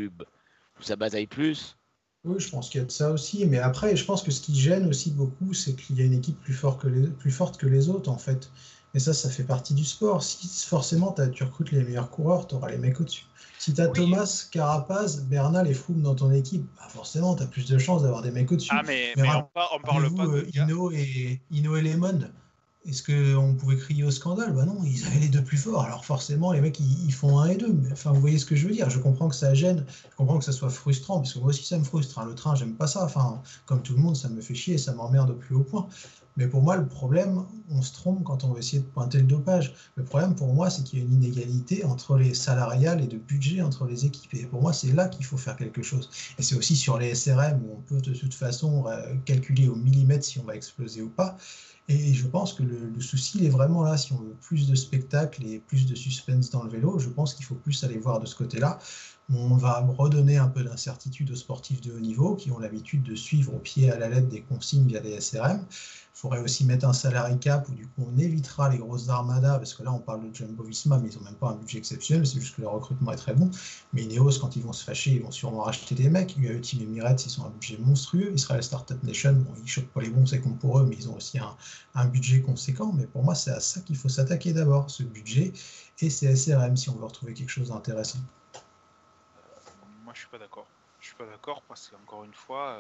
où ça bataille plus. Oui, je pense qu'il y a de ça aussi. Mais après, je pense que ce qui gêne aussi beaucoup, c'est qu'il y a une équipe plus forte que les autres, en fait. Et ça fait partie du sport. Si forcément tu recrutes les meilleurs coureurs, tu auras les mecs au-dessus. Si tu as Thomas, Carapaz, Bernal et Froome dans ton équipe, forcément, tu as plus de chances d'avoir des mecs au-dessus. Ah, mais on parle pas de Hinault et Lemon. Est-ce qu'on pouvait crier au scandale ? Bah non, ils avaient les deux plus forts. Alors forcément, les mecs, ils font 1 et 2. Mais enfin, vous voyez ce que je veux dire. Je comprends que ça gêne. Je comprends que ça soit frustrant. Parce que moi aussi, ça me frustre. Le train, j'aime pas ça. Enfin, comme tout le monde, ça me fait chier. Ça m'emmerde au plus haut point. Mais pour moi, le problème, on se trompe quand on va essayer de pointer le dopage. Le problème pour moi, c'est qu'il y a une inégalité entre les salariales et de budget entre les équipes. Et pour moi, c'est là qu'il faut faire quelque chose. Et c'est aussi sur les SRM où on peut de toute façon calculer au millimètre si on va exploser ou pas. Et je pense que le souci il est vraiment là. Si on veut plus de spectacle et plus de suspense dans le vélo, je pense qu'il faut plus aller voir de ce côté-là. On va redonner un peu d'incertitude aux sportifs de haut niveau qui ont l'habitude de suivre au pied à la lettre des consignes via des SRM. Il faudrait aussi mettre un salary cap où du coup on évitera les grosses armadas, parce que là on parle de Jumbo-Visma, mais ils n'ont même pas un budget exceptionnel, c'est juste que le recrutement est très bon. Mais Ineos, quand ils vont se fâcher, ils vont sûrement racheter des mecs. UAE Team Emirates, ils ont un budget monstrueux. Israel Startup Nation, bon, ils chopent pas les bons, c'est con pour eux, mais ils ont aussi un budget conséquent. Mais pour moi, c'est à ça qu'il faut s'attaquer d'abord, ce budget et ces SRM, si on veut retrouver quelque chose d'intéressant. Moi, je suis pas d'accord. Je suis pas d'accord parce qu'encore une fois,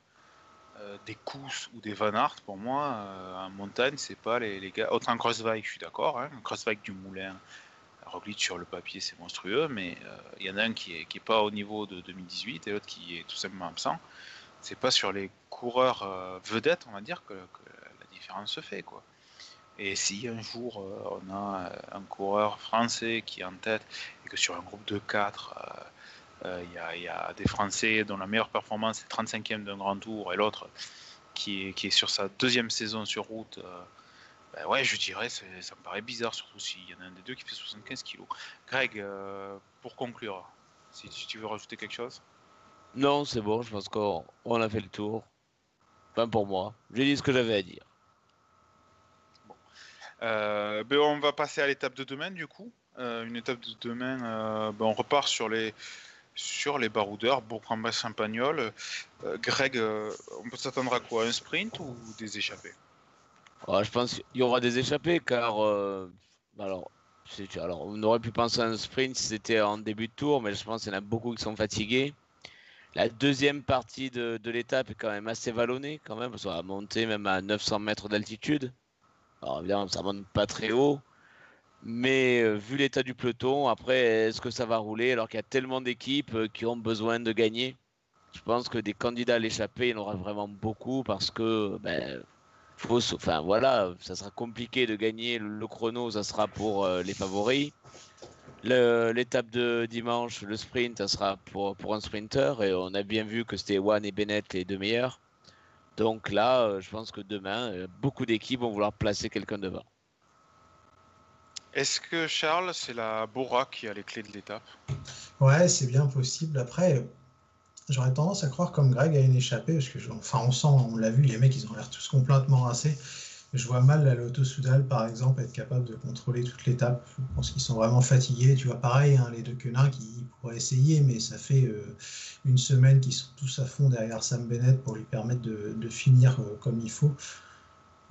des Kuss ou des Van Aert, pour moi, en montagne, c'est pas les gars. Autant en Kreuzweig, je suis d'accord. Un Kreuzweig du Moulin, Roglic sur le papier, c'est monstrueux, mais il y en a un qui est pas au niveau de 2018 et l'autre qui est tout simplement absent. C'est pas sur les coureurs vedettes, on va dire, que la différence se fait, quoi. Et si un jour on a un coureur français qui est en tête et que sur un groupe de 4, il y a des Français dont la meilleure performance est 35e d'un grand tour et l'autre qui est sur sa 2e saison sur route, ouais, je dirais, ça me paraît bizarre, surtout s'il y en a un des deux qui fait 75 kilos. Greg, pour conclure, si tu veux rajouter quelque chose ? Non, c'est bon, je pense qu'on a fait le tour. Enfin, pour moi, j'ai dit ce que j'avais à dire. Bon. On va passer à l'étape de demain, du coup. Une étape de demain, on repart sur les baroudeurs, Bourg-en-Bresse-Champagnol. Greg, on peut s'attendre à quoi ? Un sprint ou des échappées ? Je pense qu'il y aura des échappées, car alors, on aurait pu penser à un sprint si c'était en début de tour, mais je pense qu'il y en a beaucoup qui sont fatigués. La deuxième partie de l'étape est quand même assez vallonnée, quand même, parce qu'on va monter même à 900 mètres d'altitude. Alors évidemment, ça monte pas très haut. Mais vu l'état du peloton, après, est-ce que ça va rouler alors qu'il y a tellement d'équipes qui ont besoin de gagner ? Je pense que des candidats à l'échappée, il y en aura vraiment beaucoup parce que ça sera compliqué de gagner le chrono, ça sera pour les favoris. L'étape de dimanche, le sprint, ça sera pour un sprinter et on a bien vu que c'était One et Bennett les deux meilleurs. Donc là, je pense que demain, beaucoup d'équipes vont vouloir placer quelqu'un devant. Est-ce que Charles, c'est la Bora qui a les clés de l'étape ? Ouais, c'est bien possible. Après, j'aurais tendance à croire comme Greg à une échappée, parce que on sent, on l'a vu, les mecs, ils ont l'air tous complètement rincés. Je vois mal la Lotto Soudal, par exemple, être capable de contrôler toute l'étape. Je pense qu'ils sont vraiment fatigués. Tu vois, pareil, les deux quenins qui pourraient essayer, mais ça fait une semaine qu'ils sont tous à fond derrière Sam Bennett pour lui permettre de finir comme il faut.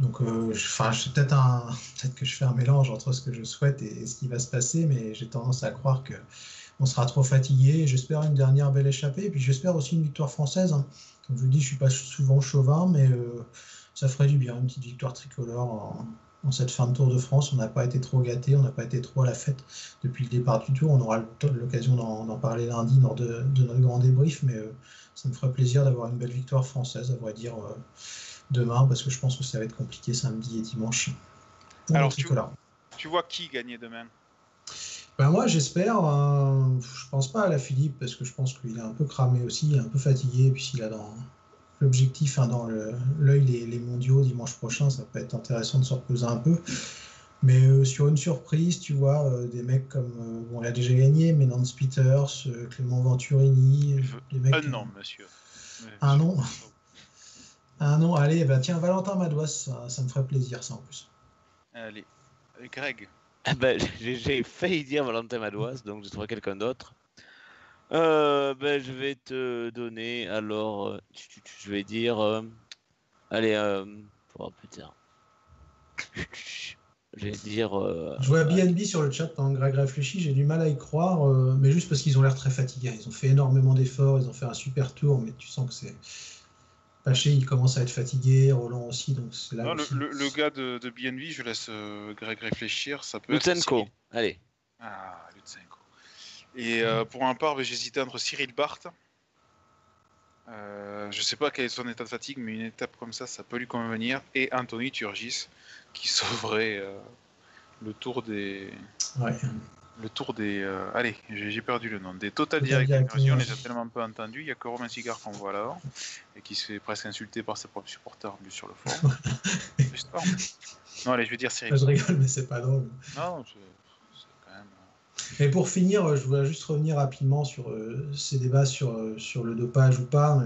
Donc, c'est peut-être que je fais un mélange entre ce que je souhaite et ce qui va se passer, mais j'ai tendance à croire que on sera trop fatigué. J'espère une dernière belle échappée, et puis j'espère aussi une victoire française. Hein. Comme je vous le dis, je suis pas souvent chauvin, mais ça ferait du bien, une petite victoire tricolore en cette fin de Tour de France. On n'a pas été trop gâtés, on n'a pas été trop à la fête depuis le départ du Tour. On aura l'occasion d'en parler lundi lors de notre grand débrief, mais ça me ferait plaisir d'avoir une belle victoire française, à vrai dire, demain, parce que je pense que ça va être compliqué samedi et dimanche. Alors, tu vois qui gagner demain? Ben moi, j'espère. Je pense pas à la Philippe, parce que je pense qu'il est un peu cramé aussi, il est un peu fatigué, et puis s'il a dans l'objectif, dans l'œil les mondiaux dimanche prochain, ça peut être intéressant de se reposer un peu. Mais sur une surprise, tu vois, des mecs comme... il a déjà gagné, mais Nance Peters, Clément Venturini... des mecs, un nom, monsieur. Un nom. Un nom, allez, tiens, Valentin Madouas, ça me ferait plaisir, ça, en plus. Allez, Greg. J'ai failli dire Valentin Madouas, donc je trouverai quelqu'un d'autre. Je vais te donner, alors, je vais dire... allez, oh putain... Je vais dire... Je vois BNB sur le chat pendant que Greg réfléchit, j'ai du mal à y croire, mais juste parce qu'ils ont l'air très fatigués. Ils ont fait énormément d'efforts, ils ont fait un super tour, mais tu sens que c'est... Paché, il commence à être fatigué, Roland aussi, donc c'est là. Non, le gars de BNB, je laisse Greg réfléchir, ça peut Lutsenko, être... allez. Ah, Lutsenko. Et pour ma part, j'hésitais entre Cyril Barth. Je sais pas quel est son état de fatigue, mais une étape comme ça peut lui convenir. Et Anthony Turgis, qui sauverait le tour des... Ouais. Le tour des... allez, j'ai perdu le nom. Des Total Direct Energy, on les a tellement peu entendus. Il n'y a que Romain Sigard qu'on voit là, et qui se fait presque insulter par ses propres supporters sur le forum. Non, allez, je vais dire Cyril. Je rigole, mais c'est pas drôle. Non, c'est quand même... Et pour finir, je voudrais juste revenir rapidement sur ces débats sur le dopage ou pas.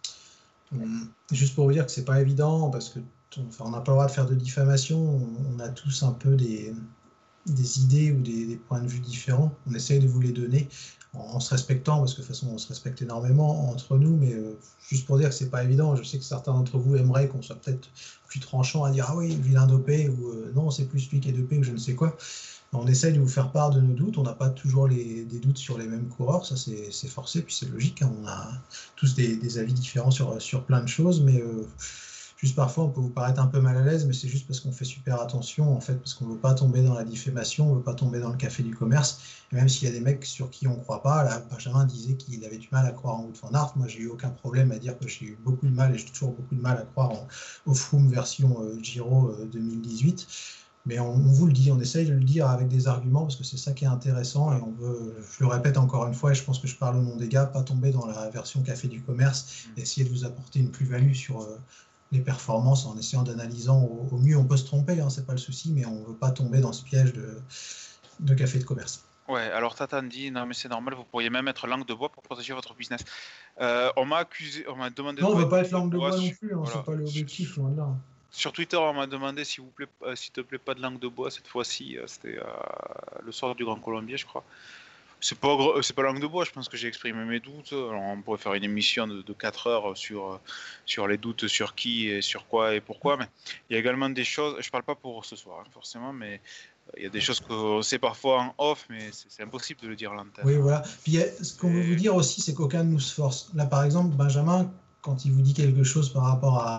Juste pour vous dire que c'est pas évident, parce que on n'a pas le droit de faire de diffamation. On a tous un peu des idées ou des points de vue différents. On essaye de vous les donner en se respectant, parce que de toute façon on se respecte énormément entre nous, mais juste pour dire que c'est pas évident. Je sais que certains d'entre vous aimeraient qu'on soit peut-être plus tranchant à dire ah oui, le vilain dopé, ou non, c'est plus lui qui est dopé, ou je ne sais quoi. On essaye de vous faire part de nos doutes. On n'a pas toujours des doutes sur les mêmes coureurs, ça c'est forcé, puis c'est logique, hein. On a tous des avis différents sur plein de choses, mais juste parfois on peut vous paraître un peu mal à l'aise, mais c'est juste parce qu'on fait super attention, en fait, parce qu'on ne veut pas tomber dans la diffamation, on ne veut pas tomber dans le café du commerce. Et même s'il y a des mecs sur qui on ne croit pas, là, Benjamin disait qu'il avait du mal à croire en Wout van Aert. Moi, j'ai eu aucun problème à dire que j'ai eu beaucoup de mal, et j'ai toujours beaucoup de mal à croire au Froome version Giro 2018. Mais on vous le dit, on essaye de le dire avec des arguments, parce que c'est ça qui est intéressant, et on veut, je le répète encore une fois, et je pense que je parle au nom des gars, pas tomber dans la version café du commerce, essayer de vous apporter une plus-value sur les performances en essayant d'analyser au mieux. On peut se tromper, hein, c'est pas le souci, mais on veut pas tomber dans ce piège de café de commerce. Ouais, alors Tatan dit, non mais c'est normal, vous pourriez même être langue de bois pour protéger votre business. On m'a accusé, on m'a demandé... Non, on ne veut pas être langue de bois non plus, hein, voilà. C'est pas l'objectif, loin de là. Sur Twitter, on m'a demandé s'il te plaît pas de langue de bois cette fois-ci. C'était le soir du Grand Colombier, je crois. C'est pas langue de bois, je pense que j'ai exprimé mes doutes. Alors, on pourrait faire une émission de 4 heures sur les doutes sur qui et sur quoi et pourquoi. Mais il y a également des choses, je parle pas pour ce soir, hein, forcément, mais il y a des choses qu'on sait parfois en off, mais c'est impossible de le dire à l'antenne. Oui, voilà. Puis ce qu'on veut vous dire aussi, c'est qu'aucun de nous se force. Là, par exemple, Benjamin, quand il vous dit quelque chose par rapport à...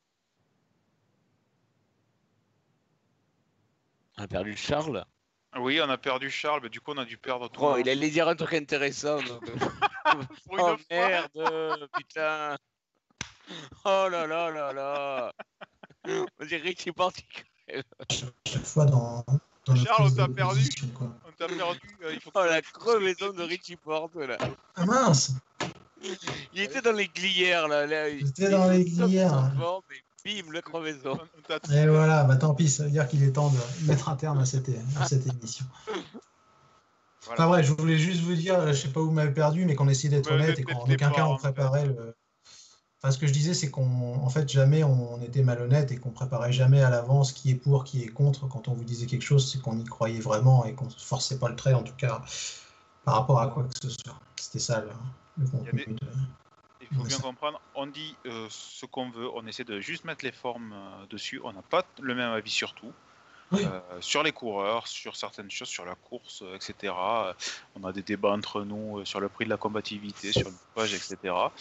On a perdu Charles. Oui, on a perdu Charles, mais du coup on a dû perdre tout. Oh, il allait dire un truc intéressant. Donc... oh merde, putain. Oh là là là là. On dirait Richie Porte. Chaque fois dans Charles, on t'a perdu. On t'a perdu. Il faut la crevaison de Richie Porte là. Ah mince. Il était dans les glières là. Il était dans les glières. Bim, le crevaison. Et voilà, bah tant pis, ça veut dire qu'il est temps de mettre un terme à cette émission. Voilà. Enfin bref, je voulais juste vous dire, je sais pas où vous m'avez perdu, mais qu'on essayait d'être honnête et qu'en aucun cas on préparait le... Enfin, ce que je disais, c'est qu'en fait, jamais on était malhonnête et qu'on préparait jamais à l'avance qui est pour, qui est contre. Quand on vous disait quelque chose, c'est qu'on y croyait vraiment et qu'on ne forçait pas le trait, en tout cas, par rapport à quoi que ce soit. C'était ça le contenu faut bien comprendre, on dit ce qu'on veut, on essaie de juste mettre les formes dessus, on n'a pas le même avis sur tout. Oui. Sur les coureurs, sur certaines choses, sur la course, etc. On a des débats entre nous sur le prix de la combativité, sur le page, etc.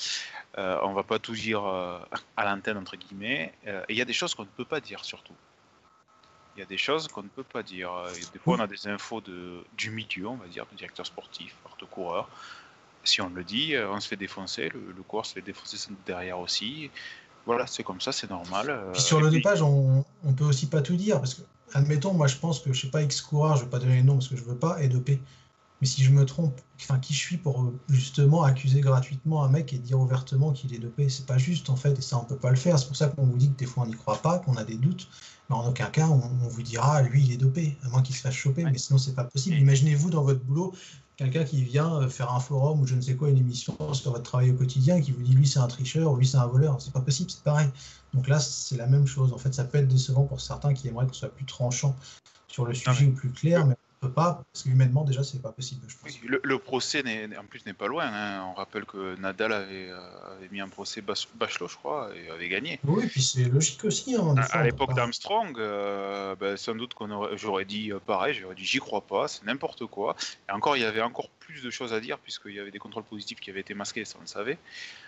On va pas tout dire à l'antenne, entre guillemets. Et il y a des choses qu'on ne peut pas dire, surtout. Il y a des choses qu'on ne peut pas dire. Et des fois, on a des infos du milieu, on va dire, de directeur sportif, de coureur. Si on le dit, on se fait défoncer, le coureur se fait défoncer derrière aussi. Voilà, c'est comme ça, c'est normal. Puis sur le dopage, on peut aussi pas tout dire, parce que, admettons, moi je pense que, je sais pas, X coureur, je vais pas donner le nom parce que je veux pas, est dopé. Mais si je me trompe, enfin, qui je suis pour justement accuser gratuitement un mec et dire ouvertement qu'il est dopé? C'est pas juste en fait, et ça on peut pas le faire. C'est pour ça qu'on vous dit que des fois on n'y croit pas, qu'on a des doutes, mais en aucun cas on vous dira lui il est dopé, à moins qu'il se fasse choper, mais sinon c'est pas possible. Imaginez-vous dans votre boulot, quelqu'un qui vient faire un forum ou je ne sais quoi, une émission sur votre travail au quotidien, qui vous dit lui c'est un tricheur ou lui c'est un voleur, c'est pas possible, c'est pareil. Donc là c'est la même chose. En fait, ça peut être décevant pour certains qui aimeraient que ce soit plus tranchant sur le sujet ou plus clair, mais on peut pas, parce que humainement déjà c'est pas possible, je pense. Oui, le procès en plus n'est pas loin, hein. On rappelle que Nadal avait mis un procès Bachelot, je crois, et avait gagné. Oui, et puis c'est logique aussi. Hein, à l'époque d'Armstrong, sans doute j'aurais dit pareil, j'aurais dit j'y crois pas, c'est n'importe quoi. Et encore, il y avait encore plus de choses à dire, puisqu'il y avait des contrôles positifs qui avaient été masqués, ça on le savait.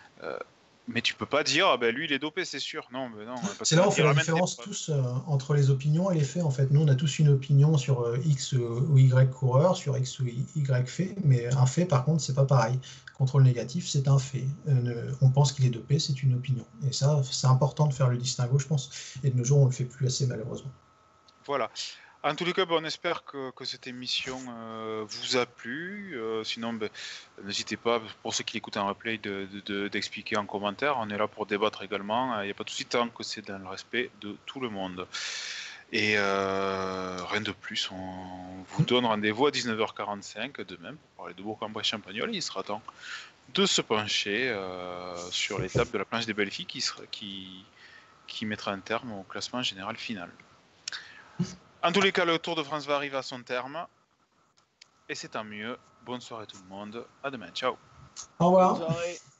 Mais tu peux pas dire, lui il est dopé, c'est sûr. Non, mais non. C'est là où on fait la différence tous entre les opinions et les faits. En fait, nous on a tous une opinion sur X ou Y coureur, sur X ou Y fait, mais un fait par contre c'est pas pareil. Contrôle négatif, c'est un fait. On pense qu'il est dopé, c'est une opinion. Et ça, c'est important de faire le distinguo, je pense. Et de nos jours, on le fait plus assez malheureusement. Voilà. En tous les cas, on espère que cette émission vous a plu. Sinon, n'hésitez pas, pour ceux qui l'écoutent en replay, d'expliquer en commentaire. On est là pour débattre également. Il n'y a pas de souci tant que c'est dans le respect de tout le monde. Et rien de plus, on vous donne rendez-vous à 19h45 demain pour parler de Bourg-en-Bresse-Champagnole. Il sera temps de se pencher sur l'étape de la planche des belles filles qui mettra un terme au classement général final. En tous les cas, le Tour de France va arriver à son terme. Et c'est tant mieux. Bonne soirée tout le monde. À demain. Ciao. Au revoir. Bonne soirée.